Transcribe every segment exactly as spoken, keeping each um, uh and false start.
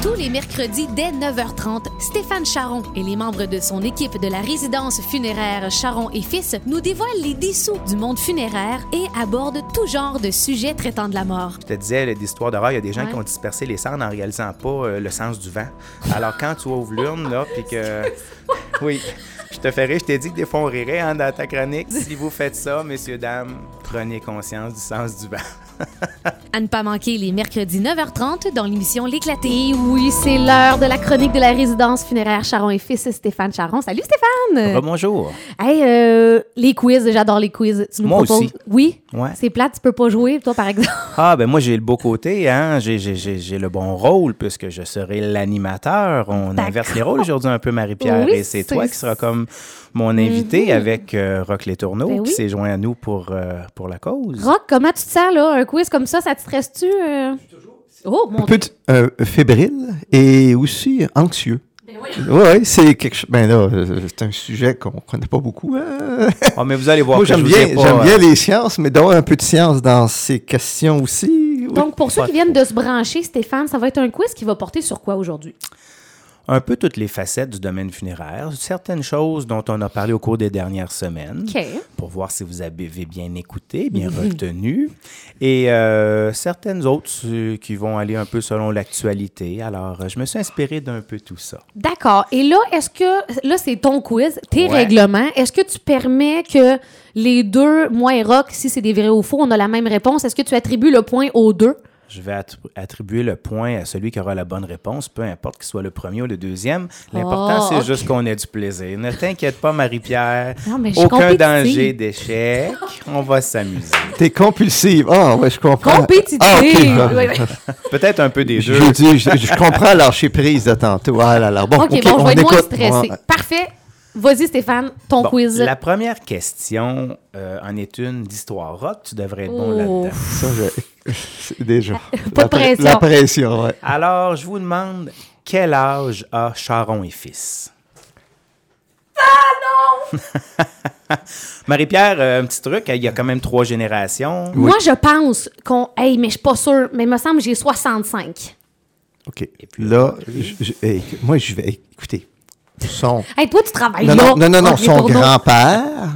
Tous les mercredis dès neuf heures trente, Stéphane Charron et les membres de son équipe de la résidence funéraire Charron et Fils nous dévoilent les dessous du monde funéraire et abordent tout genre de sujets traitant de la mort. Je te disais, l'histoire d'horreur, il y a des gens ouais. qui ont dispersé les cendres en réalisant pas euh, le sens du vent. Alors quand tu ouvres l'urne, là, puis que... Oui, je te ferai, je t'ai dit que des fois on rirait hein, dans ta chronique. Si vous faites ça, messieurs, dames, prenez conscience du sens du vent. À ne pas manquer les mercredis neuf heures trente dans l'émission L'Éclaté. Et oui, c'est l'heure de la chronique de la résidence funéraire Charron et Fils, Stéphane Charron. Salut Stéphane! Bonjour. Hey, euh, les quiz, j'adore les quiz. Tu nous moi proposes... aussi. Oui? Ouais. C'est plate, tu peux pas jouer, toi, par exemple? Ah, ben moi, j'ai le beau côté, hein. J'ai, j'ai, j'ai, j'ai le bon rôle puisque je serai l'animateur. On D'accord. inverse les rôles aujourd'hui un peu, Marie-Pierre. Oui, et c'est, c'est toi qui seras comme mon invité mm-hmm. avec euh, Roch Les Tourneaux Ben qui oui. s'est joint à nous pour, euh, pour la cause. Roch, comment tu te sens, là? Un quiz comme ça, ça te stresse-tu? Euh... Oh, mon Un peu euh, fébrile et aussi anxieux. Oui, ouais, c'est quelque chose. Ben là, c'est un sujet qu'on ne connaît pas beaucoup. Hein? Ah, mais vous allez voir Moi, que j'aime je vous ai bien, pas, j'aime euh, bien les sciences, mais d'avoir un peu de science dans ces questions aussi. Oui. Donc, pour ceux Pas qui viennent de se brancher, Stéphane, ça va être un quiz qui va porter sur quoi aujourd'hui? un peu toutes les facettes du domaine funéraire, certaines choses dont on a parlé au cours des dernières semaines, OK. pour voir si vous avez bien écouté, bien retenu, et euh, certaines autres euh, qui vont aller un peu selon l'actualité. Alors, euh, je me suis inspiré d'un peu tout ça. D'accord. Et là, est-ce que... Là, c'est ton quiz, tes Ouais. règlements. Est-ce que tu permets que les deux, moi et Roch, si c'est des vrais ou faux, on a la même réponse, est-ce que tu attribues le point aux deux? Je vais attri- attribuer le point à celui qui aura la bonne réponse, peu importe qu'il soit le premier ou le deuxième. L'important, Oh, c'est ok. juste qu'on ait du plaisir. Ne t'inquiète pas, Marie-Pierre. Non, mais je suis Aucun compétitive. danger d'échec. On va s'amuser. T'es compulsive. Ah, ouais, je comprends. Compétitive! Ah, OK. Oui, oui. Peut-être un peu des Je, deux. je, dis, je, je comprends lâcher prise de tantôt. Ah là là. Bon, OK, OK, bon, je on vais être moins écoute. stressée. Ouais. Parfait. Vas-y, Stéphane, ton Bon, quiz. la première question euh, en est une d'histoire rock. Tu devrais être bon Oh. là-dedans. Ça, je- c'est déjà. Pas de la, pre- pression. La pression, ouais. Alors, je vous demande, quel âge a Charron et Fils? Ah non! Marie-Pierre, euh, un petit truc, il y a quand même trois générations. Moi, je pense qu'on... Hey, mais je suis pas sûre, mais il me semble que j'ai soixante-cinq. OK. puis, Là, je- je- hey, moi, je vais. Écoutez. Son, Hey, toi, tu travailles non, là. non, non, non, non, entre les son tourneaux. grand-père,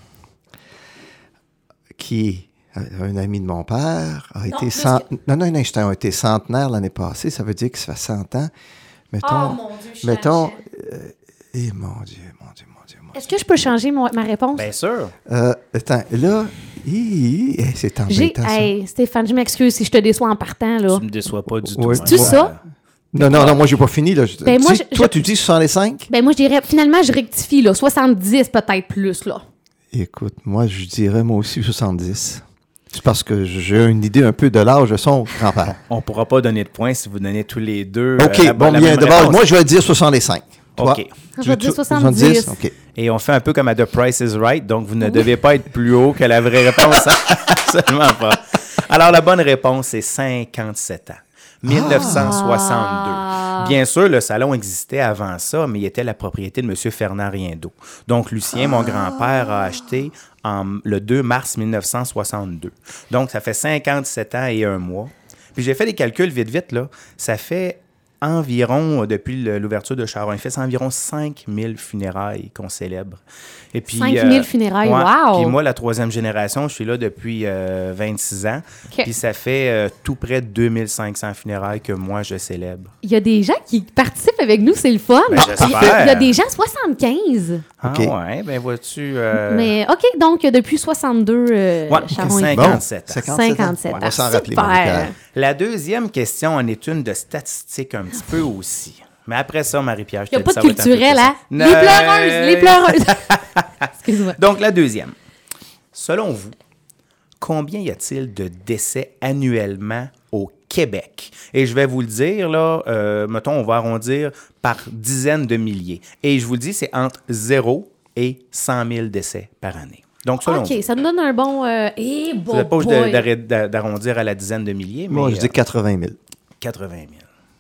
qui est un ami de mon père, a été plus cent... Non, non, non, j'étais- a été centenaire l'année passée. Ça veut dire que ça fait cent ans. Mettons, Oh, mon Dieu, je mettons, changeais. euh, eh, mon Dieu, mon Dieu, mon Dieu, mon Dieu. Est-ce que je peux changer mon- ma réponse? Bien sûr. Euh, attends, là, hi, hi, eh, c'est J'ai... embêtant, ça. Hey, Stéphane, je m'excuse si je te déçois en partant, là. Tu me déçois pas du tout. Oui. C'est-tu ça? Non, non, non, moi, j'ai pas fini. Là. Je- Ben, moi, tu sais, je- toi, je- tu dis soixante-cinq? Ben moi, je dirais... Finalement, je rectifie, là. soixante-dix, peut-être plus, là. Écoute, moi, je dirais moi aussi soixante-dix. C'est parce que j'ai une idée un peu de l'âge de son grand-père. On pourra pas donner de points si vous donnez tous les deux. OK, euh, la, bon, la bien, même d'abord, réponse. moi, je vais dire soixante-cinq. Toi, OK. Je tu- vais dire tu- soixante-dix. OK. Et on fait un peu comme à The Price is Right, donc vous ne devez pas être plus haut que la vraie réponse. Absolument pas. Alors, la bonne réponse, c'est cinquante-sept ans. dix-neuf cent soixante-deux. Ah. Bien sûr, le salon existait avant ça, mais il était la propriété de M. Fernand Riendeau. Donc, Lucien, mon grand-père, a acheté en, le deux mars dix-neuf cent soixante-deux. Donc, ça fait cinquante-sept ans et un mois. Puis, j'ai fait des calculs vite, vite, là. Ça fait environ, euh, depuis le- l'ouverture de Charron et Fils, environ cinq mille funérailles qu'on célèbre. Et puis, cinq mille funérailles, wow! Puis moi, la troisième génération, je suis là depuis euh, vingt-six ans. OK. Puis ça fait euh, tout près de deux mille cinq cents funérailles que moi, je célèbre. Il y a des gens qui participent avec nous, c'est le fun. Ben, Puis, il y a- j'espère. il y a des gens soixante-quinze. Ah OK. ouais, ben vois-tu... euh, Mais OK, donc depuis soixante-deux, euh, Ouais, Charron et cinquante-sept ans. cinquante-sept On ans. va s'en rappeler, Super. Marie-Pierre. La deuxième question en est une de statistique un petit peu aussi. Mais après ça, Marie-Pierre, je Il te n'y a dis, pas ça de va être un peu culturel, plus hein? simple. Les pleureuses, les pleureuses. Excuse-moi. Donc, la deuxième. Selon vous, combien y a-t-il de décès annuellement au Québec? Et je vais vous le dire, là, euh, mettons, on va arrondir par dizaines de milliers. Et je vous le dis, c'est entre zéro et cent mille décès par année. Donc, selon OK, vous. ça nous donne un bon... Euh, eh, Vous bon n'êtes pas boy. obligé d'arrêter d'a- d'arrondir à la dizaine de milliers, mais Moi, je euh, dis quatre-vingt mille. quatre-vingt mille.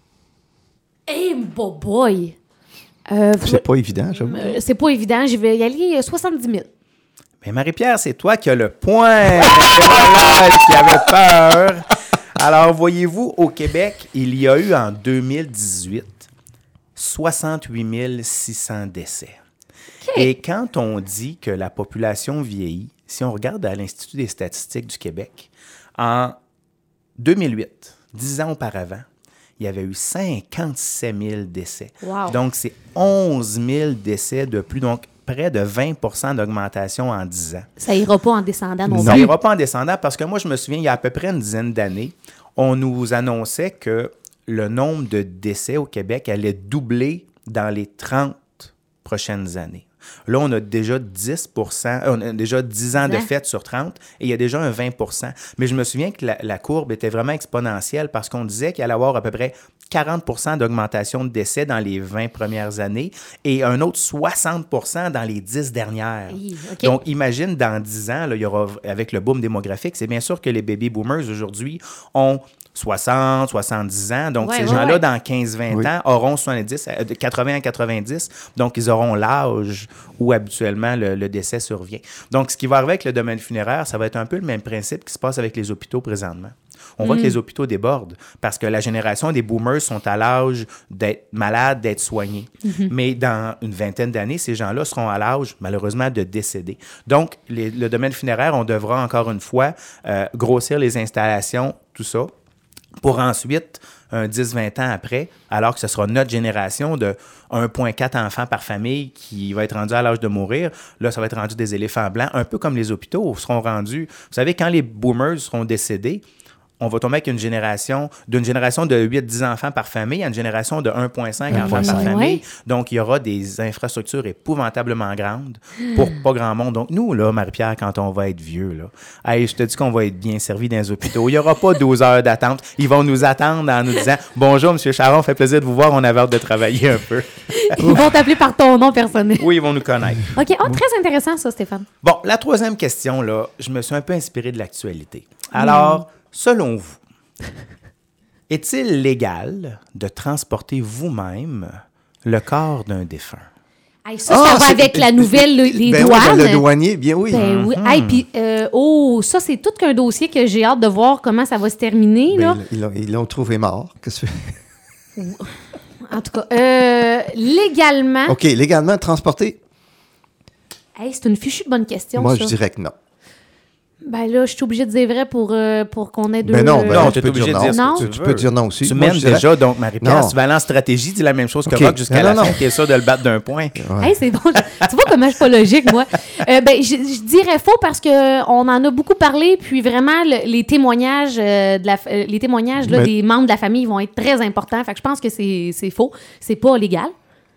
Eh, bon boy. Euh, C'est pas évident, j'avoue. euh, c'est pas évident. Je vais y aller euh, soixante-dix mille. Mais Marie-Pierre, c'est toi qui as le point. Voilà, qui avait peur. Alors, voyez-vous, au Québec, il y a eu en deux mille dix-huit soixante-huit mille six cents décès. Okay. Et quand on dit que la population vieillit, si on regarde à l'Institut des statistiques du Québec, en deux mille huit, dix ans auparavant, il y avait eu cinquante-sept mille décès. Wow. Donc, c'est onze mille décès de plus. Donc, près de vingt pour cent d'augmentation en dix ans. Ça ira pas en descendant non plus. Ça ira pas en descendant parce que moi, je me souviens, il y a à peu près une dizaine d'années, on nous annonçait que le nombre de décès au Québec allait doubler dans les trente prochaines années. Là, on a déjà dix pour cent, on a déjà dix ans de fête sur trente et il y a déjà un vingt pour cent. Mais je me souviens que la, la courbe était vraiment exponentielle parce qu'on disait qu'il allait y avoir à peu près quarante pour cent d'augmentation de décès dans les vingt premières années et un autre soixante pour cent dans les dix dernières. Oui, okay. Donc, imagine, dans dix ans, là, il y aura, avec le boom démographique, c'est bien sûr que les baby boomers aujourd'hui ont soixante, soixante-dix ans. Donc, ouais, ces ouais, gens-là, ouais. dans quinze vingt oui. ans, auront soixante-dix, quatre-vingts à quatre-vingt-dix. Donc, ils auront l'âge où habituellement le, le décès survient. Donc, ce qui va arriver avec le domaine funéraire, ça va être un peu le même principe qui se passe avec les hôpitaux présentement. On mmh. voit que les hôpitaux débordent parce que la génération des boomers sont à l'âge d'être malades, d'être soignés. Mmh. Mais dans une vingtaine d'années, ces gens-là seront à l'âge, malheureusement, de décéder. Donc, les, le domaine funéraire, on devra encore une fois euh, grossir les installations, tout ça, pour ensuite, un dix à vingt ans après, alors que ce sera notre génération de un virgule quatre enfants par famille qui va être rendu à l'âge de mourir, là, ça va être rendu des éléphants blancs, un peu comme les hôpitaux seront rendus. Vous savez, quand les boomers seront décédés, on va tomber avec une génération, d'une génération de huit à dix enfants par famille à une génération de un virgule cinq enfants par famille. Ouais. Donc, il y aura des infrastructures épouvantablement grandes pour pas grand monde. Donc, nous, là, Marie-Pierre, quand on va être vieux, là, hey, je te dis qu'on va être bien servi dans les hôpitaux. Il n'y aura pas douze heures d'attente. Ils vont nous attendre en nous disant « Bonjour, M. Charon, fait plaisir de vous voir. On avait hâte de travailler un peu. » Ils vont t'appeler par ton nom personnel. Oui, ils vont nous connaître. OK. Oh, très intéressant, ça, Stéphane. Bon, la troisième question, là, je me suis un peu inspiré de l'actualité. Alors... Mmh. Selon vous, est-il légal de transporter vous-même le corps d'un défunt? Hey, ça, oh, ça va avec la nouvelle, les ben douanes. Oui, le douanier, bien oui. Ben oui. Mm-hmm. Hey, puis, euh, oh, ça, c'est tout qu'un dossier que j'ai hâte de voir comment ça va se terminer. Ben, là. Ils, l'ont, ils l'ont trouvé mort. Qu'est-ce que tu fais? En tout cas, euh, légalement... OK, légalement transporter? Hey, c'est une fichue de bonne question, Moi, ça. je dirais que non. Ben là, je suis obligée de dire vrai pour, euh, pour qu'on ait deux... Ben non, ben non, non tu es obligé de dire non. ce que tu, tu, tu peux dire non aussi. Tu Moi, mènes dirais... déjà, donc, Marie-Pierre, si tu vas aller en stratégie, dis la même chose que okay. Rock jusqu'à non, la non, fin, tu es sûr de le battre d'un point. Ouais. Hey, c'est bon. Tu vois comment je suis pas logique, moi. Euh, ben, je, je dirais faux parce qu'on en a beaucoup parlé, puis vraiment, le, les témoignages, euh, de la, euh, les témoignages là, Mais... des membres de la famille vont être très importants. Fait que je pense que c'est, c'est faux. C'est pas légal.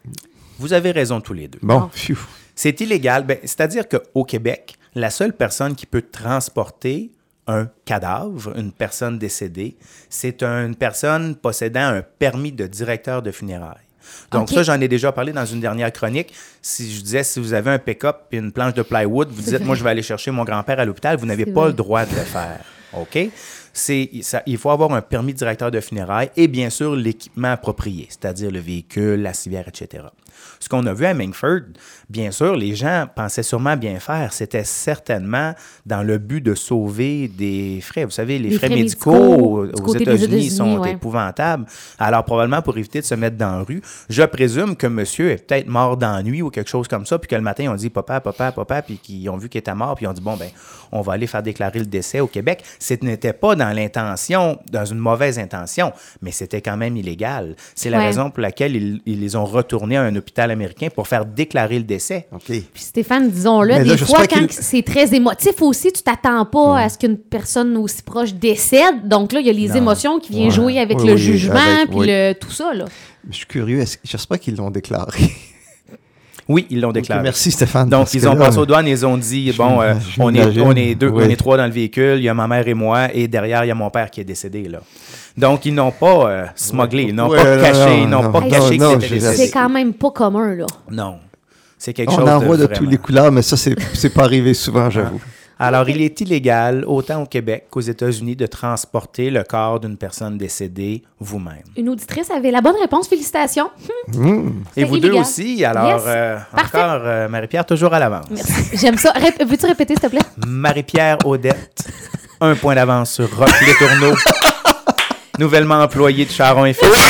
Vous avez raison tous les deux. Bon. Oh. C'est illégal. Ben, c'est-à-dire qu'au Québec, la seule personne qui peut transporter un cadavre, une personne décédée, c'est une personne possédant un permis de directeur de funérailles. Donc okay. ça, j'en ai déjà parlé dans une dernière chronique. Si je disais, si vous avez un pick-up et une planche de plywood, vous dites, moi, je vais aller chercher mon grand-père à l'hôpital, vous n'avez c'est pas vrai. le droit de le faire. OK? C'est, ça, il faut avoir un permis de directeur de funérailles et bien sûr l'équipement approprié, c'est-à-dire le véhicule, la civière, et cetera. Ce qu'on a vu à Mingford, bien sûr, les gens pensaient sûrement bien faire. C'était certainement dans le but de sauver des frais. Vous savez, les, les frais, frais médicaux, médicaux aux États-Unis, États-Unis sont ouais. épouvantables. Alors, probablement pour éviter de se mettre dans la rue, je présume que monsieur est peut-être mort d'ennui ou quelque chose comme ça, puis que le matin, ils ont dit « Papa, papa, papa », puis qu'ils ont vu qu'il était mort, puis ils ont dit « Bon, ben, on va aller faire déclarer le décès au Québec ». Ce n'était pas dans l'intention, dans une mauvaise intention, mais c'était quand même illégal. C'est la ouais. raison pour laquelle ils, ils les ont retournés à un hôpital américain pour faire déclarer le décès. Okay. Puis Stéphane, disons-le, mais des là, fois, quand qu'il... c'est très émotif aussi, tu t'attends pas ouais. à ce qu'une personne aussi proche décède. Donc là, il y a les non. émotions qui viennent ouais. jouer avec oui, le oui, jugement, avec, puis oui. le, tout ça. Là. Je suis curieux, est-ce... j'espère qu'ils l'ont déclaré. Oui, ils l'ont déclaré. Okay, merci Stéphane. Donc, ils ont là, passé aux douanes et ils ont dit, bon, euh, on, est, on est deux, oui. on est trois dans le véhicule, il y a ma mère et moi, et derrière, il y a mon père qui est décédé, là. Donc, ils n'ont pas euh, smugglé, ils n'ont ouais, pas non, caché, non, ils n'ont non, pas non, caché non, que c'était décédé. C'est quand même pas commun, là. Non. C'est quelque on chose de On en voit de, de toutes les couleurs, mais ça, c'est, c'est pas arrivé souvent, j'avoue. Alors, il est illégal, autant au Québec qu'aux États-Unis, de transporter le corps d'une personne décédée vous-même. Une auditrice avait la bonne réponse. Félicitations. Mmh. Et vous illégal. Deux aussi. Alors, yes. euh, encore, euh, Marie-Pierre, toujours à l'avance. Merci. J'aime ça. Rép- veux-tu répéter, s'il te plaît? Marie-Pierre Odette, un point d'avance sur Rock Les Tourneaux. nouvellement employé de Charon et Fils.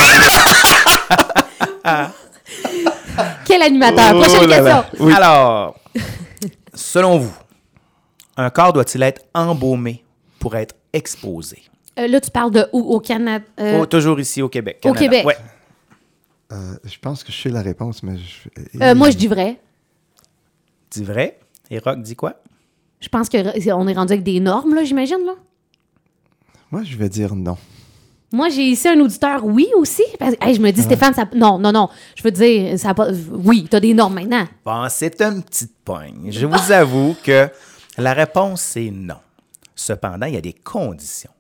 Quel animateur? Oh Prochaine là question. là. Oui. Alors, selon vous, un corps doit-il être embaumé pour être exposé? Euh, là, tu parles de où au Canada? Euh, Oh, toujours ici au Québec. au Canada. Québec. Ouais. Euh, je pense que je sais la réponse, mais... Je... euh, moi, je dis vrai. Dis vrai. Et Rock dit quoi? Je pense qu'on est rendu avec des normes, là, j'imagine, là. Moi, je vais dire non. Moi, j'ai ici un auditeur, oui, aussi. Parce que, hey, je me dis, Stéphane, ça... non, non, non. Je veux dire, ça a pas... oui, t'as des normes maintenant. Bon, c'est une petite pogne. Je vous avoue que la réponse, c'est non. Cependant, il y a des conditions.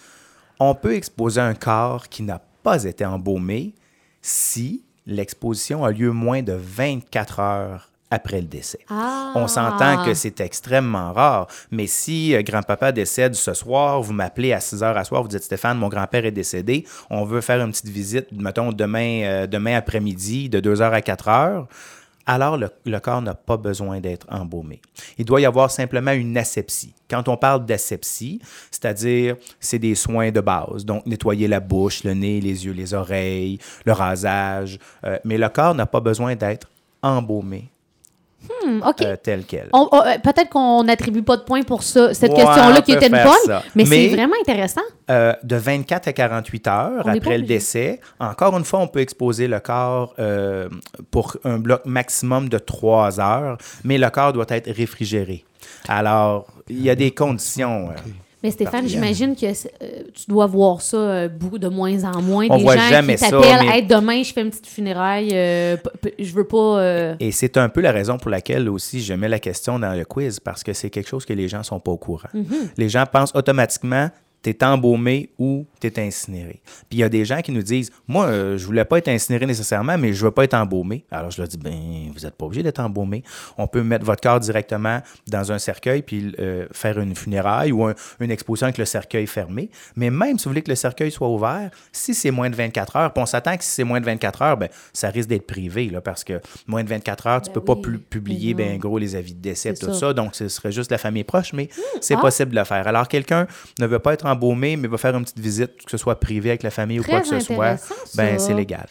On peut exposer un corps qui n'a pas été embaumé si l'exposition a lieu moins de vingt-quatre heures après le décès. Ah. On s'entend que c'est extrêmement rare, mais si euh, grand-papa décède ce soir, vous m'appelez à six heures à soir, vous dites « Stéphane, mon grand-père est décédé, on veut faire une petite visite, mettons, demain, euh, demain après-midi, de deux heures à quatre heures », alors le, le corps n'a pas besoin d'être embaumé. Il doit y avoir simplement une asepsie. Quand on parle d'asepsie, c'est-à-dire c'est des soins de base, donc nettoyer la bouche, le nez, les yeux, les oreilles, le rasage, euh, mais le corps n'a pas besoin d'être embaumé. Hmm, OK. Euh, tel quel. On- on- euh, peut-être qu'on n'attribue pas de points pour ça, cette Ouais, question-là on qui peut était une faire pogne, ça. mais, Mais- c'est vraiment intéressant. Euh, de vingt-quatre à quarante-huit heures On n'est pas après le obligé. décès, encore une fois, on peut exposer le corps euh, pour un bloc maximum de trois heures, mais le corps doit être réfrigéré. Alors, il y a des conditions. euh, Mais Stéphane, Rien. j'imagine que euh, tu dois voir ça euh, beaucoup de moins en moins. On des voit gens jamais qui ça, t'appellent, mais- hey, demain, je fais une petite funéraille, euh, p- p- je veux pas... euh, Et c'est un peu la raison pour laquelle aussi je mets la question dans le quiz, parce que c'est quelque chose que les gens ne sont pas au courant. Les gens pensent automatiquement t'es embaumé ou t'es incinéré. Puis il y a des gens qui nous disent, moi, euh, je voulais pas être incinéré nécessairement, mais je veux pas être embaumé. Alors je leur dis, ben, vous n'êtes pas obligé d'être embaumé. On peut mettre votre corps directement dans un cercueil puis euh, faire une funéraille ou un- une exposition avec le cercueil fermé. Mais même si vous voulez que le cercueil soit ouvert, si c'est moins de vingt-quatre heures, puis on s'attend que si c'est moins de vingt-quatre heures, ben, ça risque d'être privé, là, parce que moins de vingt-quatre heures, tu Ben peux pas oui, pu- publier, mais non. ben gros, les avis de décès, C'est tout ça. ça. Donc, ce serait juste la famille proche, mais c'est ah. possible de le faire. Alors, quelqu'un ne veut pas être embaumé, mais va faire une petite visite, que ce soit privé avec la famille Très ou quoi que ce soit, intéressant, ben ça. c'est légal.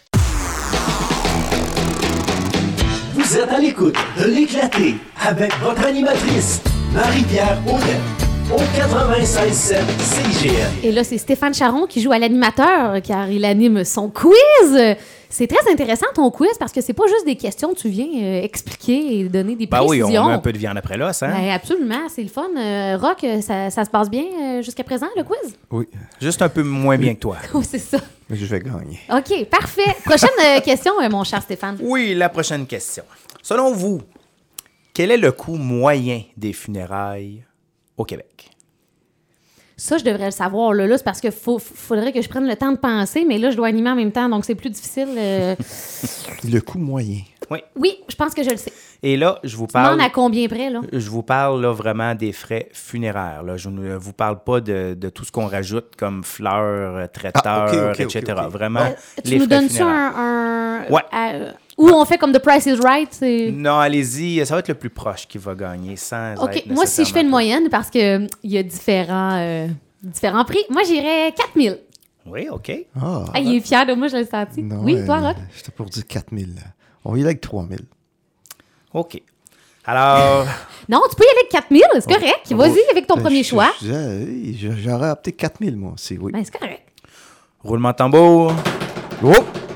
Vous êtes à l'écoute de l'éclaté avec votre animatrice, Marie-Pierre Audet, au quatre-vingt-seize sept C I G N. Et là, c'est Stéphane Charon qui joue à l'animateur, car il anime son quiz. C'est très intéressant, ton quiz, parce que c'est pas juste des questions, tu viens euh, expliquer et donner des Ben oui, précisions. on met un peu de viande après l'os, hein? Ben, absolument, c'est le fun. Euh, Rock, ça, ça se passe bien euh, jusqu'à présent, le quiz? Oui, Juste un peu moins bien que toi. Oh, c'est ça. mais je vais gagner. OK, parfait. Prochaine euh, question, euh, mon cher Stéphane. Oui, la prochaine question. Selon vous, quel est le coût moyen des funérailles au Québec? Ça, je devrais le savoir. Là, là c'est parce qu'il faut, faudrait que je prenne le temps de penser, mais là, je dois animer en même temps, donc c'est plus difficile. euh. Le coût moyen. Oui. Oui, je pense que je le sais. Et là, je vous Tu demandes parle... à combien près, là? Je vous parle là, vraiment des frais funéraires. Là. Je ne vous parle pas de, de tout ce qu'on rajoute comme fleurs, euh, traiteurs, Ah, ok, ok, et ok, cetera. ok. Vraiment, Euh, tu les nous frais donnes-tu funéraires. un... un Ouais. à- où on fait comme The Price is Right? C'est... Non, allez-y, ça va être le plus proche qui va gagner sans OK, être moi, si je fais une nécessairement- moyenne, parce qu'il y a différents, euh, différents prix, moi, j'irais quatre mille. Oui, OK. Ah, Ah, il est fier de moi, je l'ai senti. non, oui, euh, toi, Rock? J'étais pour dire quatre mille. On y est avec trois mille. OK. Alors, Non, tu peux y aller avec quatre mille, c'est correct. Vas-y avec ton Ben, premier je- choix. je disais, hey, je- J'aurais opté quatre mille, moi aussi, oui. Ben, c'est correct. roulement de tambour. Oh!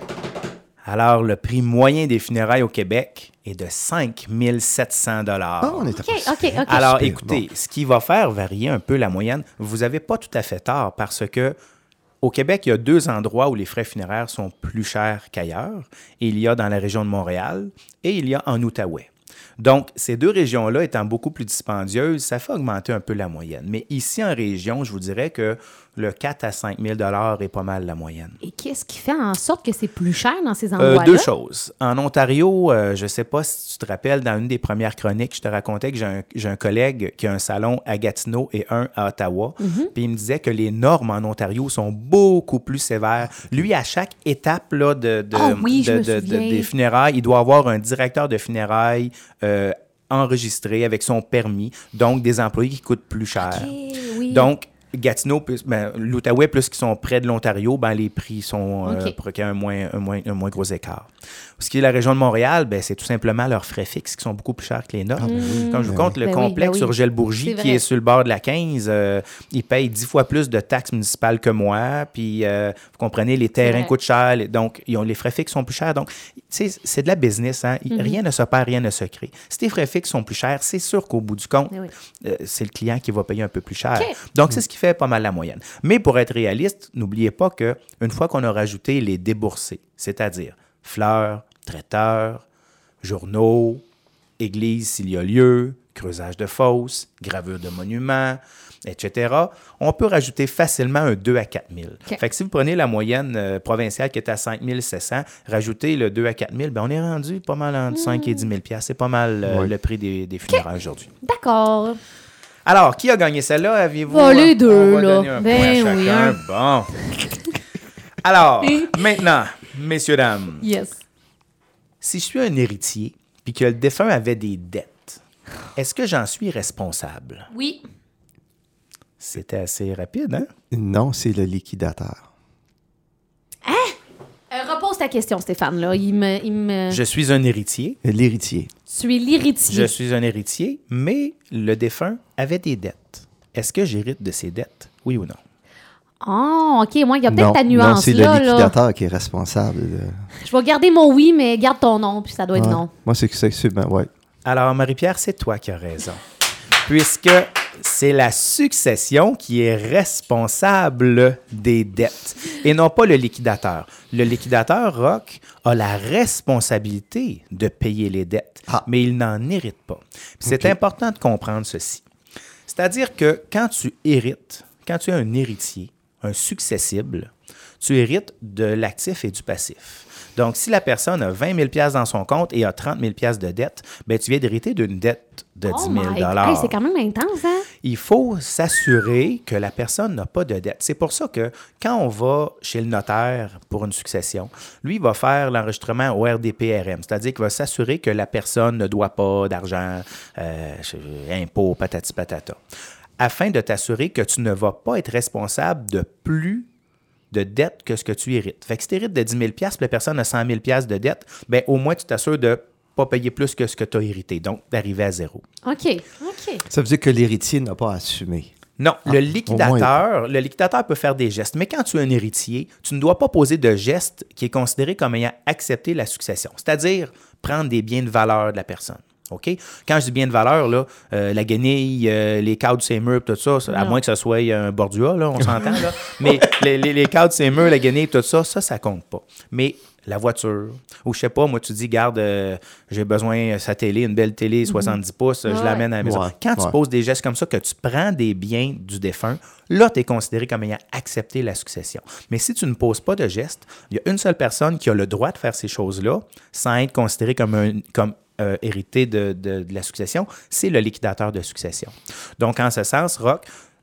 Alors, le prix moyen des funérailles au Québec est de cinq mille sept cents dollars. Ah, on était OK, pas OK, OK. Alors, super, écoutez, ce qui va faire varier un peu la moyenne, vous n'avez pas tout à fait tort parce que au Québec, il y a deux endroits où les frais funéraires sont plus chers qu'ailleurs. Il y a dans la région de Montréal et il y a en Outaouais. Donc, ces deux régions-là étant beaucoup plus dispendieuses, ça fait augmenter un peu la moyenne. Mais ici, en région, je vous dirais que le quatre à cinq mille dollars est pas mal la moyenne. Et qu'est-ce qui fait en sorte que c'est plus cher dans ces Euh, endroits-là? deux choses. En Ontario, euh, je ne sais pas si tu te rappelles, dans une des premières chroniques, je te racontais que j'ai un, j'ai un collègue qui a un salon à Gatineau et un à Ottawa. Puis il me disait que les normes en Ontario sont beaucoup plus sévères. Lui, à chaque étape là, de, de, Ah oui, je de- me de- de- souviens. des funérailles, il doit avoir un directeur de funérailles euh, enregistré avec son permis, donc des employés qui coûtent plus cher. OK, oui. Donc, Gatineau, plus, ben, l'Outaouais, plus qu'ils sont près de l'Ontario, ben, les prix sont euh, OK. pour qu'il y ait un moins, un, moins, un moins gros écart. Ce qui est la région de Montréal, ben, c'est tout simplement leurs frais fixes qui sont beaucoup plus chers que les nôtres. Mmh. Comme je vous compte, le Ben oui, complexe ben oui. sur Gilles-Bourgie, C'est qui vrai. est sur le bord de la quinze, euh, il paye dix fois plus de taxes municipales que moi. Puis, euh, vous comprenez, les terrains vrai. coûtent cher. les- Donc, ils ont, les frais fixes sont plus chers. Donc, tu sais, c'est de la business. Hein? Il- Mm-hmm. Rien ne se perd, rien ne se crée. Si tes frais fixes sont plus chers, c'est sûr qu'au bout du compte, Ben oui. euh, c'est le client qui va payer un peu plus cher. OK. Donc, c'est ce qui fait pas mal la moyenne. Mais pour être réaliste, n'oubliez pas qu'une fois qu'on a rajouté les déboursés, c'est-à-dire fleurs, traiteurs, journaux, église s'il y a lieu, creusage de fosses, gravure de monuments, et cetera, on peut rajouter facilement un deux à quatre mille. OK. Fait que si vous prenez la moyenne euh, provinciale qui est à cinq mille sept cents, rajoutez le deux à quatre mille, ben on est rendu pas mal entre cinq et dix mille piastres. C'est pas mal euh, Oui. le prix des, des funérailles aujourd'hui. D'accord. Alors, qui a gagné celle-là, aviez-vous? Bah, les euh, deux, on va là. donner un Ben point à oui, chacun. hein. Bon. Alors, maintenant, messieurs, dames, Yes. si je suis un héritier puis que le défunt avait des dettes, est-ce que j'en suis responsable? Oui. C'était assez rapide, hein? Non, c'est le liquidateur. Euh, repose ta question, Stéphane. Là. Il me, il me... Je suis un héritier. L'héritier. Tu es l'héritier. Je suis un héritier, mais le défunt avait des dettes. Est-ce que j'hérite de ses dettes? Oui ou non? Ah, OK. Moi, il y a peut-être Non, ta non, nuance. c'est là, le là. liquidateur qui est responsable. de- Je vais garder mon oui, mais garde ton nom, puis ça doit être Ouais. non. Moi, c'est que c'est c'est- ben, ouais. Alors, Marie-Pierre, c'est toi qui as raison. Puisque c'est la succession qui est responsable des dettes et non pas le liquidateur. Le liquidateur, Roch, a la responsabilité de payer les dettes, Ah. mais il n'en hérite pas. Puis c'est OK. important de comprendre ceci. C'est-à-dire que quand tu hérites, quand tu es un héritier, un successible, tu hérites de l'actif et du passif. Donc, si la personne a vingt mille dollars dans son compte et a trente mille dollars de dette, ben, tu viens d'hériter d'une dette de Oh dix my mille God. dollars. Hey, c'est quand même intense, hein? Il faut s'assurer que la personne n'a pas de dette. C'est pour ça que quand on va chez le notaire pour une succession, lui, il va faire l'enregistrement au R D P R M, c'est-à-dire qu'il va s'assurer que la personne ne doit pas d'argent, euh, impôts, patati patata, afin de t'assurer que tu ne vas pas être responsable de plus de dette que ce que tu hérites. Fait que si tu hérites de dix mille dollars puis la personne a cent mille dollars de dette, bien, au moins, tu t'assures de ne pas payer plus que ce que tu as hérité, donc d'arriver à zéro. OK. OK. Ça veut dire que l'héritier n'a pas à assumer. Non, Ah, le au liquidateur, le liquidateur peut faire des gestes, mais quand tu es un héritier, tu ne dois pas poser de geste qui est considéré comme ayant accepté la succession, c'est-à-dire prendre des biens de valeur de la personne. OK? Quand je dis biens de valeur, là, euh, la guenille, euh, les cadres de ces murs, tout ça, ça, à Non. moins que ce soit un bordua, là, on s'entend, là. Mais les, les, les cadres de ces murs, la guenille, tout ça, ça, ça compte pas. Mais la voiture, ou je sais pas, moi, tu dis, garde, euh, j'ai besoin de sa télé, une belle télé, soixante-dix pouces, je Ouais. l'amène à la maison. Ouais, Quand tu ouais. poses des gestes comme ça, que tu prends des biens du défunt, là, tu es considéré comme ayant accepté la succession. Mais si tu ne poses pas de gestes, il y a une seule personne qui a le droit de faire ces choses-là sans être considéré comme, un, comme euh, hérité de, de, de la succession, c'est le liquidateur de succession. Donc, en ce sens, Roch,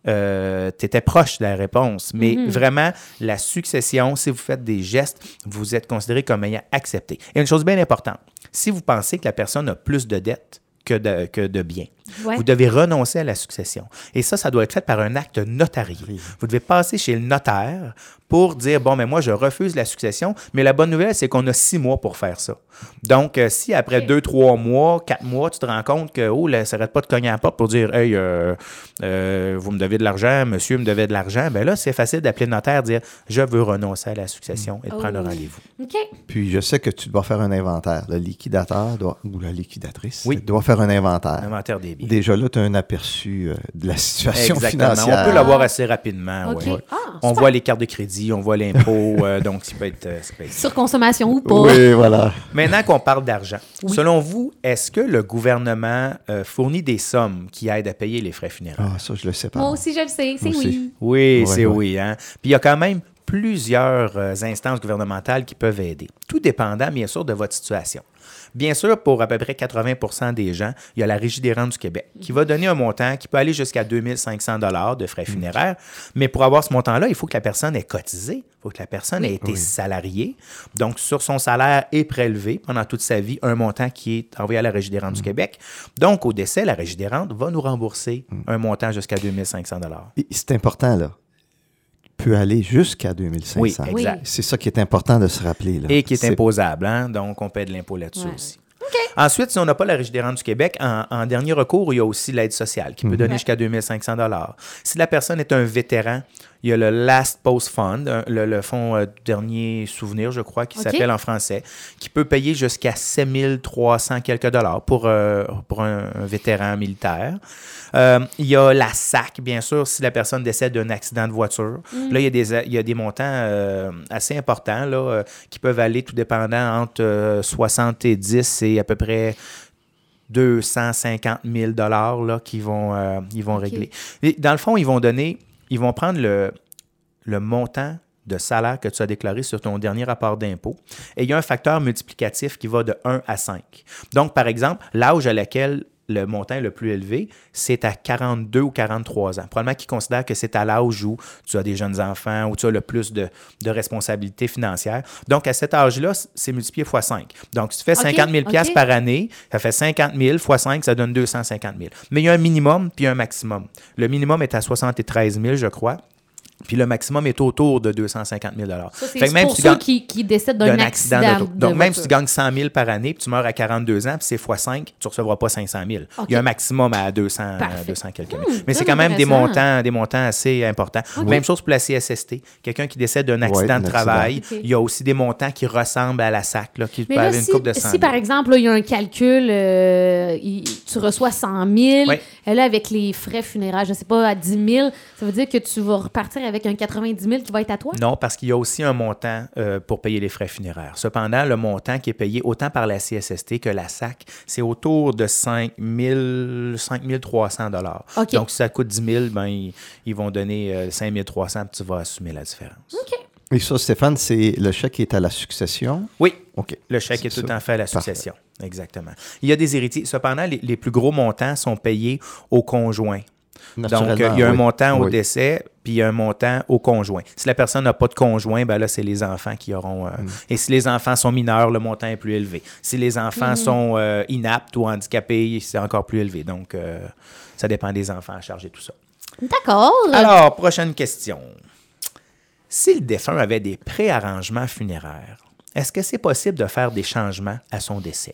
euh, tu étais proche de la réponse, mais Mm-hmm. vraiment, la succession, si vous faites des gestes, vous êtes considéré comme ayant accepté. Et une chose bien importante, si vous pensez que la personne a plus de dettes que de, que de biens, Ouais. vous devez renoncer à la succession. Et ça, ça doit être fait par un acte notarié. Vous devez passer chez le notaire pour dire, bon, mais moi, je refuse la succession, mais la bonne nouvelle, c'est qu'on a six mois pour faire ça. Donc, euh, si après Ok. deux, trois mois, quatre mois, tu te rends compte que, oh, là, ça n'arrête pas de cogner à la porte pour dire, hey, euh, euh, vous me devez de l'argent, monsieur me devait de l'argent, bien là, c'est facile d'appeler le notaire, dire, je veux renoncer à la succession et de Oh. prendre un rendez-vous. OK. Puis je sais que tu dois faire un inventaire. Le liquidateur doit, ou la liquidatrice Oui. doit faire un inventaire. Inventaire des biens. Déjà là, tu as un aperçu euh, de la situation Exactement. financière. On peut l'avoir assez rapidement. OK. ouais. Ah, On super. voit les cartes de crédit, on voit l'impôt, euh, donc ça peut être... euh, ça peut être- Surconsommation ou pas. Oui, voilà. Maintenant qu'on parle d'argent, selon vous, est-ce que le gouvernement euh, fournit des sommes qui aident à payer les frais funéraires? Ah, ça, je le sais pas. Moi aussi, je le sais. C'est Moi aussi. oui. Oui, Ouais, c'est ouais. oui. Hein? Puis il y a quand même plusieurs euh, instances gouvernementales qui peuvent aider, tout dépendant, bien sûr, de votre situation. Bien sûr, pour à peu près quatre-vingts pour cent des gens, il y a la Régie des rentes du Québec qui va donner un montant qui peut aller jusqu'à deux mille cinq cents dollars de frais funéraires. Mais pour avoir ce montant-là, il faut que la personne ait cotisé, il faut que la personne ait été Oui. salariée. Donc, sur son salaire est prélevé pendant toute sa vie un montant qui est envoyé à la Régie des rentes du Québec. Donc, au décès, la Régie des rentes va nous rembourser un montant jusqu'à deux mille cinq cents dollars. Et c'est important, là. Il peut aller jusqu'à deux mille cinq cents. Oui, exact. Oui. C'est ça qui est important de se rappeler. Là. Et qui est, C'est- imposable, hein? Donc on paie de l'impôt là-dessus Ouais. aussi. Ensuite, si on n'a pas la Régie des rentes du Québec, en, en dernier recours, il y a aussi l'aide sociale qui peut donner Ouais. jusqu'à deux mille cinq cents dollars. Si la personne est un vétéran, il y a le Last Post Fund, un- le, le fonds euh, dernier souvenir, je crois, qui OK. s'appelle en français, qui peut payer jusqu'à sept mille trois cents quelques dollars pour, euh, pour un, un vétéran militaire. Euh, il y a la S A C, bien sûr, si la personne décède d'un accident de voiture. Là, il y a des, il y a des montants euh, assez importants là, euh, qui peuvent aller, tout dépendant, entre euh, soixante-dix et à peu près deux cent cinquante mille dollars là, qu'ils vont, euh, ils vont OK. régler. Et dans le fond, ils vont donner, ils vont prendre le, le montant de salaire que tu as déclaré sur ton dernier rapport d'impôt. Et il y a un facteur multiplicatif qui va de un à cinq. Donc, par exemple, l'âge à laquelle le montant est le plus élevé, c'est à quarante-deux ou quarante-trois ans. Probablement qu'ils considèrent que c'est à l'âge où tu as des jeunes enfants, où tu as le plus de, de responsabilités financières. Donc, à cet âge-là, c'est multiplié fois cinq. Donc, si tu fais OK, cinquante mille OK. par année, ça fait cinquante mille fois cinq, ça donne deux cent cinquante mille. Mais il y a un minimum puis un maximum. Le minimum est à soixante-treize mille, je crois. Puis le maximum est autour de deux cent cinquante mille dollars. Ça, c'est Fait que même pour si tu ceux gagnes- qui, qui décèdent d'un accident, d'auto. de Donc, même si voiture. tu gagnes cent mille par année, puis tu meurs à quarante-deux ans, puis c'est fois cinq, tu ne recevras pas cinq cent mille. OK. Il y a un maximum à deux cents, Parfait. deux cents quelques mille. Hmm, Mais c'est très quand même des intéressant. montants, des montants assez importants. Même chose pour la C S S T. Quelqu'un qui décède d'un accident un de accident. travail, OK. il y a aussi des montants qui ressemblent à la S A C, là, qui Mais peuvent là, avoir une si, coupe de cent si mille. par exemple, là, il y a un calcul, euh, il- tu reçois cent mille, Oui. et là, avec les frais funéraires, je ne sais pas, à dix mille, ça veut dire que tu vas repartir avec un quatre-vingt-dix mille qui va être à toi? Non, parce qu'il y a aussi un montant euh, pour payer les frais funéraires. Cependant, le montant qui est payé autant par la C S S T que la S A C, c'est autour de cinq mille, cinq mille trois cents dollars. OK. Donc, si ça coûte dix mille, ben, ils, ils vont donner euh, cinq mille trois cents puis tu vas assumer la différence. OK. Et ça, Stéphane, c'est le chèque qui est à la succession. Oui, OK. le chèque C'est est tout le ça. temps fait à la Parfait. succession. Exactement. Il y a des héritiers. Cependant, les, les plus gros montants sont payés au conjoint. Donc, Naturellement, euh, il y a un oui. montant au Oui. décès, puis il y a un montant au conjoint. Si la personne n'a pas de conjoint, ben là, c'est les enfants qui auront... euh, Et si les enfants sont mineurs, le montant est plus élevé. Si les enfants sont euh, inaptes ou handicapés, c'est encore plus élevé. Donc, euh, ça dépend des enfants à charger tout ça. D'accord. Alors, prochaine question. Si le défunt avait des préarrangements funéraires, est-ce que c'est possible de faire des changements à son décès?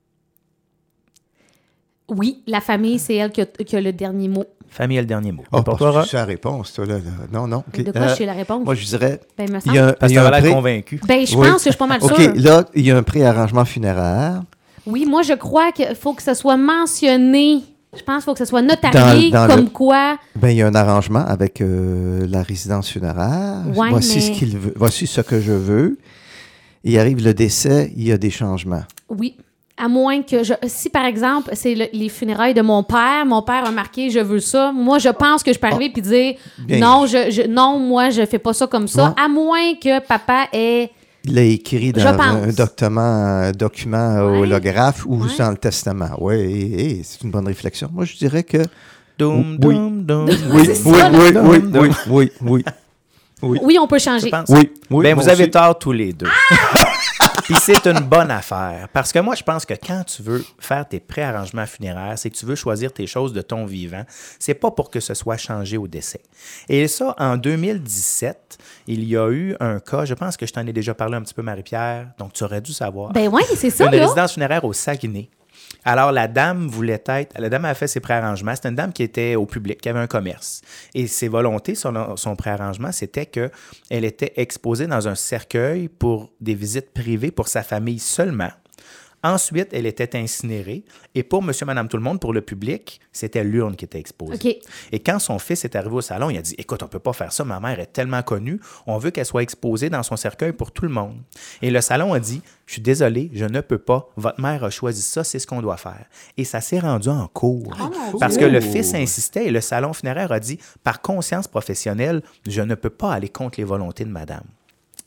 Oui, la famille, c'est elle qui a, qui a le dernier mot. Famille a le dernier mot. Oh, Pour parce toi, que Roch? c'est la réponse, toi, là. là. Non, non. OK. De quoi Euh, je sais la réponse? Moi, je dirais... Ben, il me Il semble. y a, un- Parce il que y tu a un l'air pré- convaincu. Ben, je Oui. pense que je suis pas mal OK, sûre. là, il y a un préarrangement funéraire. Oui, moi, je crois qu'il faut que ça soit mentionné. Je pense qu'il faut que ça soit notarié Dans- dans comme le- quoi. Ben, il y a un arrangement avec euh, la résidence funéraire. Ouais, voici, mais- ce qu'il veut, voici ce que je veux. Il arrive le décès, il y a des changements. Oui. À moins que je. Si, par exemple, c'est le- les funérailles de mon père, mon père a marqué je veux ça. Moi, je pense que je peux arriver et dire Bien. non, je, je- non, moi, je fais pas ça comme ça. Non. À moins que papa ait. Il l'a écrit Je dans pense. un document, un document Ouais. holographe ou Ouais. dans le testament. Oui, c'est une bonne réflexion. Moi, je dirais que... Doum, Oui. doum, doum. Oui, C'est oui, ça, là. oui, oui, oui, oui, oui, oui. Oui, on peut Je changer. pense. Oui, oui, Ben, moi vous avez aussi. tort tous les deux. Puis c'est une bonne affaire. Parce que moi, je pense que quand tu veux faire tes préarrangements funéraires, c'est que tu veux choisir tes choses de ton vivant. C'est pas pour que ce soit changé au décès. Et ça, en deux mille dix-sept, il y a eu un cas, je pense que je t'en ai déjà parlé un petit peu, Marie-Pierre, donc tu aurais dû savoir. Ben oui, c'est ça, Une là. résidence funéraire au Saguenay. Alors, la dame voulait être... La dame a fait ses préarrangements. C'était une dame qui était au public, qui avait un commerce. Et ses volontés, son, son préarrangement, c'était qu'elle était exposée dans un cercueil pour des visites privées pour sa famille seulement, Ensuite, elle était incinérée. Et pour monsieur, madame, tout le monde, pour le public, c'était l'urne qui était exposée. OK. Et quand son fils est arrivé au salon, il a dit « Écoute, on ne peut pas faire ça. Ma mère est tellement connue. On veut qu'elle soit exposée dans son cercueil pour tout le monde. » Et le salon a dit « Je suis désolé, je ne peux pas. Votre mère a choisi ça, c'est ce qu'on doit faire. » Et ça s'est rendu en cours. Oh, parce Dieu. que le fils insistait et le salon funéraire a dit « Par conscience professionnelle, je ne peux pas aller contre les volontés de madame. Hmm. »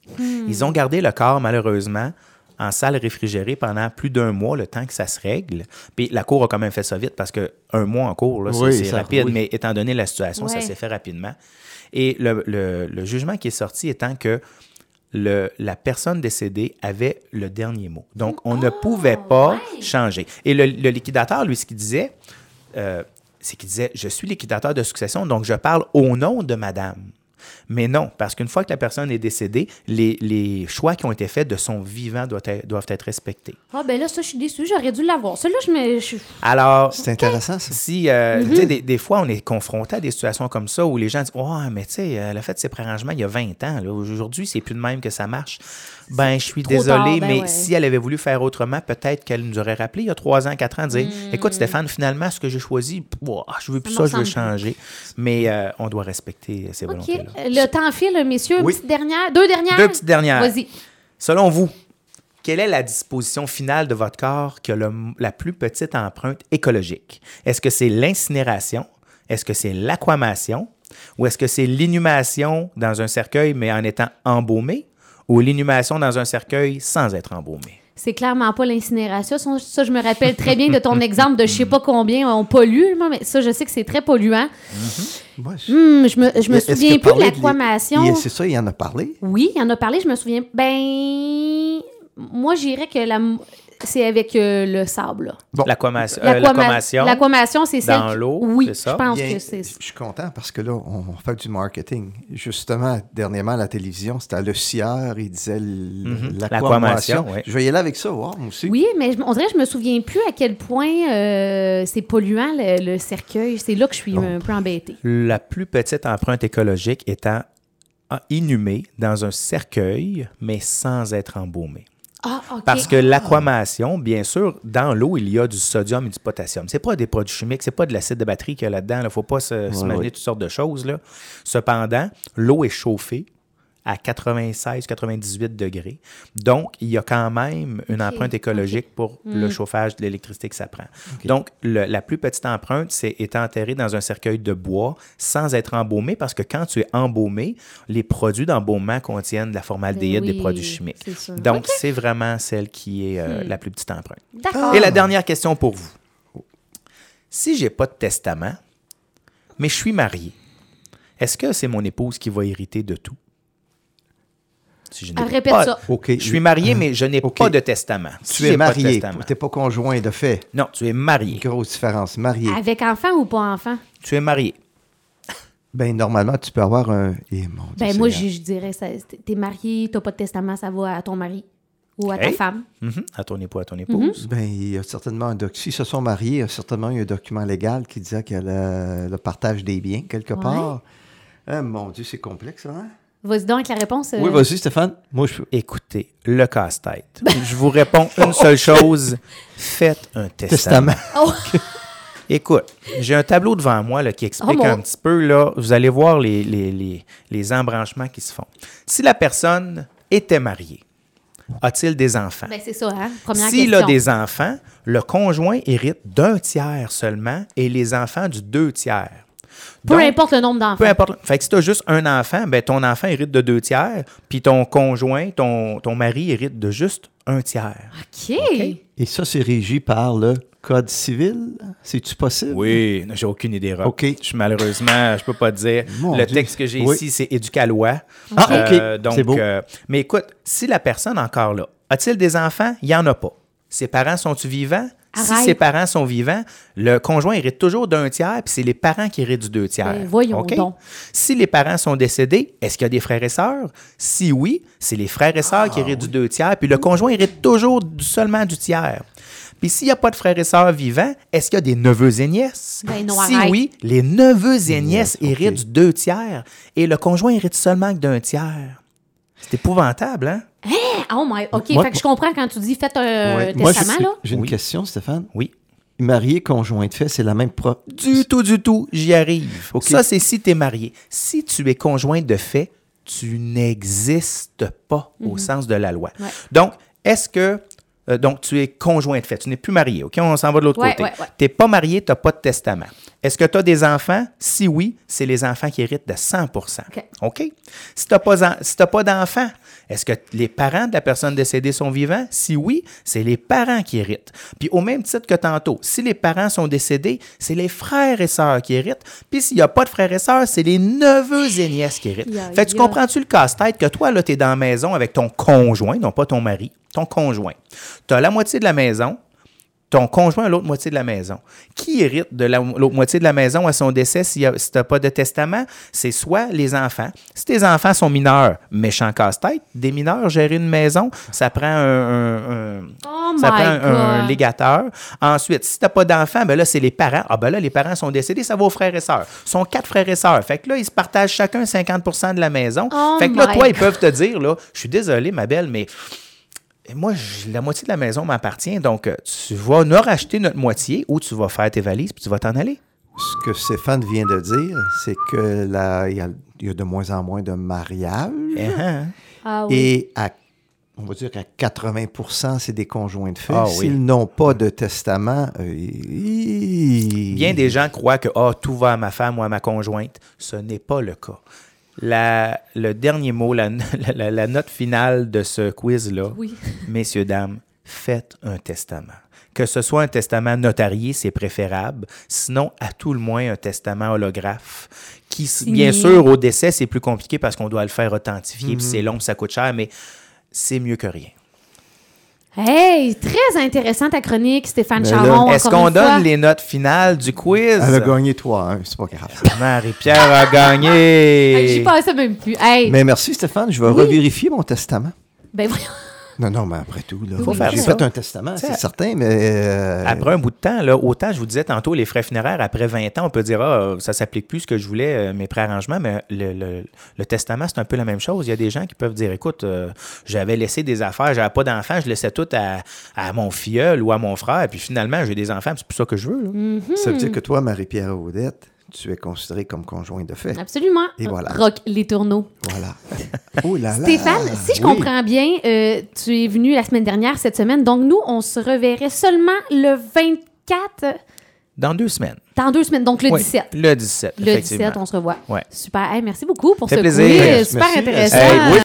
Ils ont gardé le corps, malheureusement, en salle réfrigérée pendant plus d'un mois, le temps que ça se règle. Puis la cour a quand même fait ça vite parce qu'un mois en cours, là, oui, c'est, c'est ça, rapide, oui. mais étant donné la situation, ouais. ça s'est fait rapidement. Et le, le, le jugement qui est sorti étant que le, la personne décédée avait le dernier mot. Donc, on oh, ne pouvait pas ouais. changer. Et le, le liquidateur, lui, ce qu'il disait, euh, c'est qu'il disait, je suis liquidateur de succession, donc je parle au nom de madame. Mais non, parce qu'une fois que la personne est décédée, les, les choix qui ont été faits de son vivant doivent être, doivent être respectés. Ah, ben là, ça, je suis déçue. J'aurais dû l'avoir. Ça, là, je me. Je... Alors. C'est intéressant, ça. Si, euh, mm-hmm. tu sais, des, des fois, on est confronté à des situations comme ça où les gens disent oh, mais tu sais, elle a fait ses préarrangements il y a vingt ans. Là. Aujourd'hui, c'est plus de même que ça marche. Ben, je suis désolé, ben mais ouais. si elle avait voulu faire autrement, peut-être qu'elle nous aurait rappelé il y a trois ans, quatre ans, dire mm. écoute, Stéphane, finalement, ce que j'ai choisi, oh, je veux plus ça, ça je veux changer. Mais euh, on doit respecter ces okay. volontés-là. Le temps file, messieurs. Oui. Une petite dernière. Deux dernières. Deux petites dernières. Vas-y. Selon vous, quelle est la disposition finale de votre corps qui a le, la plus petite empreinte écologique? Est-ce que c'est l'incinération? Est-ce que c'est l'aquamation? Ou est-ce que c'est l'inhumation dans un cercueil, mais en étant embaumé? Ou l'inhumation dans un cercueil sans être embaumé? C'est clairement pas l'incinération. Ça, je me rappelle très bien de ton exemple de je sais pas combien on pollue, mais ça, je sais que c'est très polluant. Mm-hmm. Ouais, je... Mmh, je me, je me souviens plus de l'aquamation. De les... C'est ça, il en a parlé? Oui, il en a parlé, je me souviens. Ben, moi, je dirais que la... c'est avec euh, le sable. Là. Bon. L'aquamation, L'aquama- euh, l'aquamation. L'aquamation, c'est celle dans qui... l'eau, oui, c'est ça? je pense Bien, que c'est ça. Je suis content parce que là, on fait du marketing. Justement, dernièrement, à la télévision, c'était à Le Sieur, il disait l- mm-hmm. l'aquamation. L'aquamation, oui. Je vais y aller avec ça, wow, moi aussi. Oui, mais je, on dirait que je me souviens plus à quel point euh, c'est polluant, le, le cercueil. C'est là que je suis bon. un peu embêtée. La plus petite empreinte écologique étant inhumée dans un cercueil, mais sans être embaumée. Ah, okay. Parce que l'aquamation, bien sûr, dans l'eau, il y a du sodium et du potassium. C'est pas des produits chimiques, c'est pas de l'acide de batterie qu'il y a là-dedans. Il ne faut pas se, ouais, s'imaginer ouais. toutes sortes de choses. Là. Cependant, l'eau est chauffée à quatre-vingt-seize à quatre-vingt-dix-huit degrés. Donc, il y a quand même une okay. empreinte écologique okay. pour mm. le chauffage de l'électricité que ça prend. Okay. Donc, le, la plus petite empreinte, c'est est enterrée dans un cercueil de bois sans être embaumé parce que quand tu es embaumé, les produits d'embaumement contiennent de la formaldéhyde, oui, des produits chimiques. C'est Donc, okay. c'est vraiment celle qui est euh, mm. la plus petite empreinte. D'accord. Et la dernière question pour vous. Si je n'ai pas de testament, mais je suis marié, est-ce que c'est mon épouse qui va hériter de tout? Si je n'ai ah, répète pas, ça. Okay. Je suis marié, mais je n'ai okay. pas de testament. Si tu es marié, tu n'es pas conjoint de fait. Non, tu es marié. Une grosse différence, marié. Avec enfant ou pas enfant? Tu es marié. Ben normalement, tu peux avoir un... Eh, mon Dieu, ben moi, je, je dirais, tu es marié, tu n'as pas de testament, ça va à ton mari ou à ta hey. femme. Mm-hmm. À ton époux, à ton épouse. Mm-hmm. Ben il y a certainement un document. S'ils se sont mariés, il y a certainement un document légal qui disait qu'il y a le, le partage des biens, quelque ouais. part. Eh, mon Dieu, c'est complexe, hein? Vas-y donc avec la réponse. Euh... Oui, vas-y, Stéphane. Moi, je... Écoutez, le casse-tête. Je vous réponds une seule chose. Faites un testament. testament. Oh. Écoute, j'ai un tableau devant moi là, qui explique oh, un petit peu. Là, vous allez voir les, les, les, les embranchements qui se font. Si la personne était mariée, a-t-il des enfants? Ben, c'est ça, hein? Première S'il question. a des enfants, le conjoint hérite d'un tiers seulement et les enfants du deux tiers. Peu Donc, importe le nombre d'enfants. Peu importe. Fait que si tu as juste un enfant, ben ton enfant hérite de deux tiers, puis ton conjoint, ton, ton mari hérite de juste un tiers. OK. okay? Et ça, c'est régi par le Code civil? C'est-tu possible? Oui, j'ai aucune idée, Rob. OK. Je, malheureusement, je peux pas te dire. Mon le Dieu. texte que j'ai oui. ici, c'est Éducalois. Ah, OK. Euh, donc, c'est beau. Euh, mais écoute, si la personne encore là, a-t-il des enfants? Il n'y en a pas. Ses parents sont-ils vivants? Arrête. Si ses parents sont vivants, le conjoint hérite toujours d'un tiers, puis c'est les parents qui héritent du deux tiers. Ben, voyons okay? donc. Si les parents sont décédés, est-ce qu'il y a des frères et sœurs? Si oui, c'est les frères et sœurs ah, qui héritent oui. du deux tiers, puis le conjoint hérite toujours du, seulement du tiers. Puis s'il n'y a pas de frères et sœurs vivants, est-ce qu'il y a des neveux et nièces? Ben non, si arrête. oui, les neveux et nièces yes, héritent okay. du deux tiers, et le conjoint hérite seulement que d'un tiers. C'est épouvantable, hein? Oh my... OK, Moi, fait que je comprends quand tu dis faites un Ouais. Moi, testament, je- là. j'ai une Oui. question, Stéphane. Oui. Marié, conjoint de fait, c'est la même... Pro... Du tout, du tout, j'y arrive. OK. Ça, c'est si tu es marié. Si tu es conjoint de fait, tu n'existes pas au sens de la loi. Ouais. Donc, est-ce que... euh, donc, tu es conjoint de fait. Tu n'es plus marié, OK? On s'en va de l'autre Ouais, côté. ouais, ouais. Tu n'es pas marié, tu n'as pas de testament. Est-ce que tu as des enfants? Si oui, c'est les enfants qui héritent de cent pour cent. OK. OK? Si tu n'as pas, en- si t'as pas d'enfants, est-ce que les parents de la personne décédée sont vivants? Si oui, c'est les parents qui héritent. Puis au même titre que tantôt, si les parents sont décédés, c'est les frères et sœurs qui héritent. Puis s'il n'y a pas de frères et sœurs, c'est les neveux et nièces qui héritent. Ya, Fait que tu ya. comprends-tu le casse-tête que toi, là, tu es dans la maison avec ton conjoint, non pas ton mari, ton conjoint. Tu as la moitié de la maison, ton conjoint a l'autre moitié de la maison. Qui hérite de la- l'autre moitié de la maison à son décès si, si tu n'as pas de testament? C'est soit les enfants. Si tes enfants sont mineurs, méchant casse-tête, des mineurs, gérer une maison, ça prend un, un- un- Oh ça my prend un, un God. légateur. Ensuite, si tu n'as pas d'enfants, ben là, c'est les parents. Ah ben là, les parents sont décédés, ça va aux frères et sœurs. Ils sont quatre frères et sœurs. Fait que là, ils se partagent chacun cinquante pour cent de la maison. Oh fait que là, my toi, ils God. peuvent te dire, là, je suis désolé, ma belle, mais et moi, je- la moitié de la maison m'appartient, donc euh, tu vas nous racheter notre moitié ou tu vas faire tes valises puis tu vas t'en aller. Ce que Stéphane vient de dire, c'est que là, il y a, il y a de moins en moins de mariages. Uh-huh. Ah oui. Et à, on va dire qu'à quatre-vingts pour cent, c'est des conjoints de fait. Ah oui. S'ils n'ont pas de testament, euh, ils- Bien des gens croient que ah, tout va à ma femme ou à ma conjointe. Ce n'est pas le cas. La, le dernier mot, la, la- la note finale de ce quiz-là, Oui. messieurs, dames, faites un testament. Que ce soit un testament notarié, c'est préférable. Sinon, à tout le moins, un testament holographe. Qui, bien sûr, au décès, c'est plus compliqué parce qu'on doit le faire authentifier, puis c'est long, puis ça coûte cher, mais c'est mieux que rien. Hey, très intéressant ta chronique, Stéphane Mais Charon. là, Est-ce encore qu'on une fois. donne les notes finales du quiz? Elle a gagné trois un, c'est pas grave. Marie-Pierre a Hey, gagné. J'y pensais même plus. Hey, Mais merci Stéphane, je vais Oui. revérifier mon testament. ben voyons. Non, non, mais après tout, là, Faut faire j'ai ça. fait un testament, c'est T'sais, certain, mais... euh, Après un bout de temps, là, autant je vous disais tantôt, les frais funéraires, après vingt ans, on peut dire, ah, ça s'applique plus ce que je voulais, euh, mes préarrangements, mais le, le- le testament, c'est un peu la même chose. Il y a des gens qui peuvent dire, écoute, euh, j'avais laissé des affaires, j'avais pas d'enfants, je laissais tout à, à mon filleul ou à mon frère, et puis finalement, j'ai des enfants, puis c'est plus ça que je veux. Là. Ça veut dire que toi, Marie-Pierre Audette, tu es considérée comme conjoint de fait. Absolument. Et voilà. Rock les tourneaux. Voilà. Oh là là. Stéphane, si je Oui. comprends bien, euh, tu es venu la semaine dernière, cette semaine. Donc, nous, on se reverrait seulement le vingt-quatre, Dans deux semaines. dans deux semaines, donc le Oui, dix-sept. Le dix-sept, Le effectivement. dix-sept, on se revoit. Ouais. Super. Hey, merci beaucoup pour Ça ce fait plaisir. quiz. Merci. Super intéressant. Hey, oui,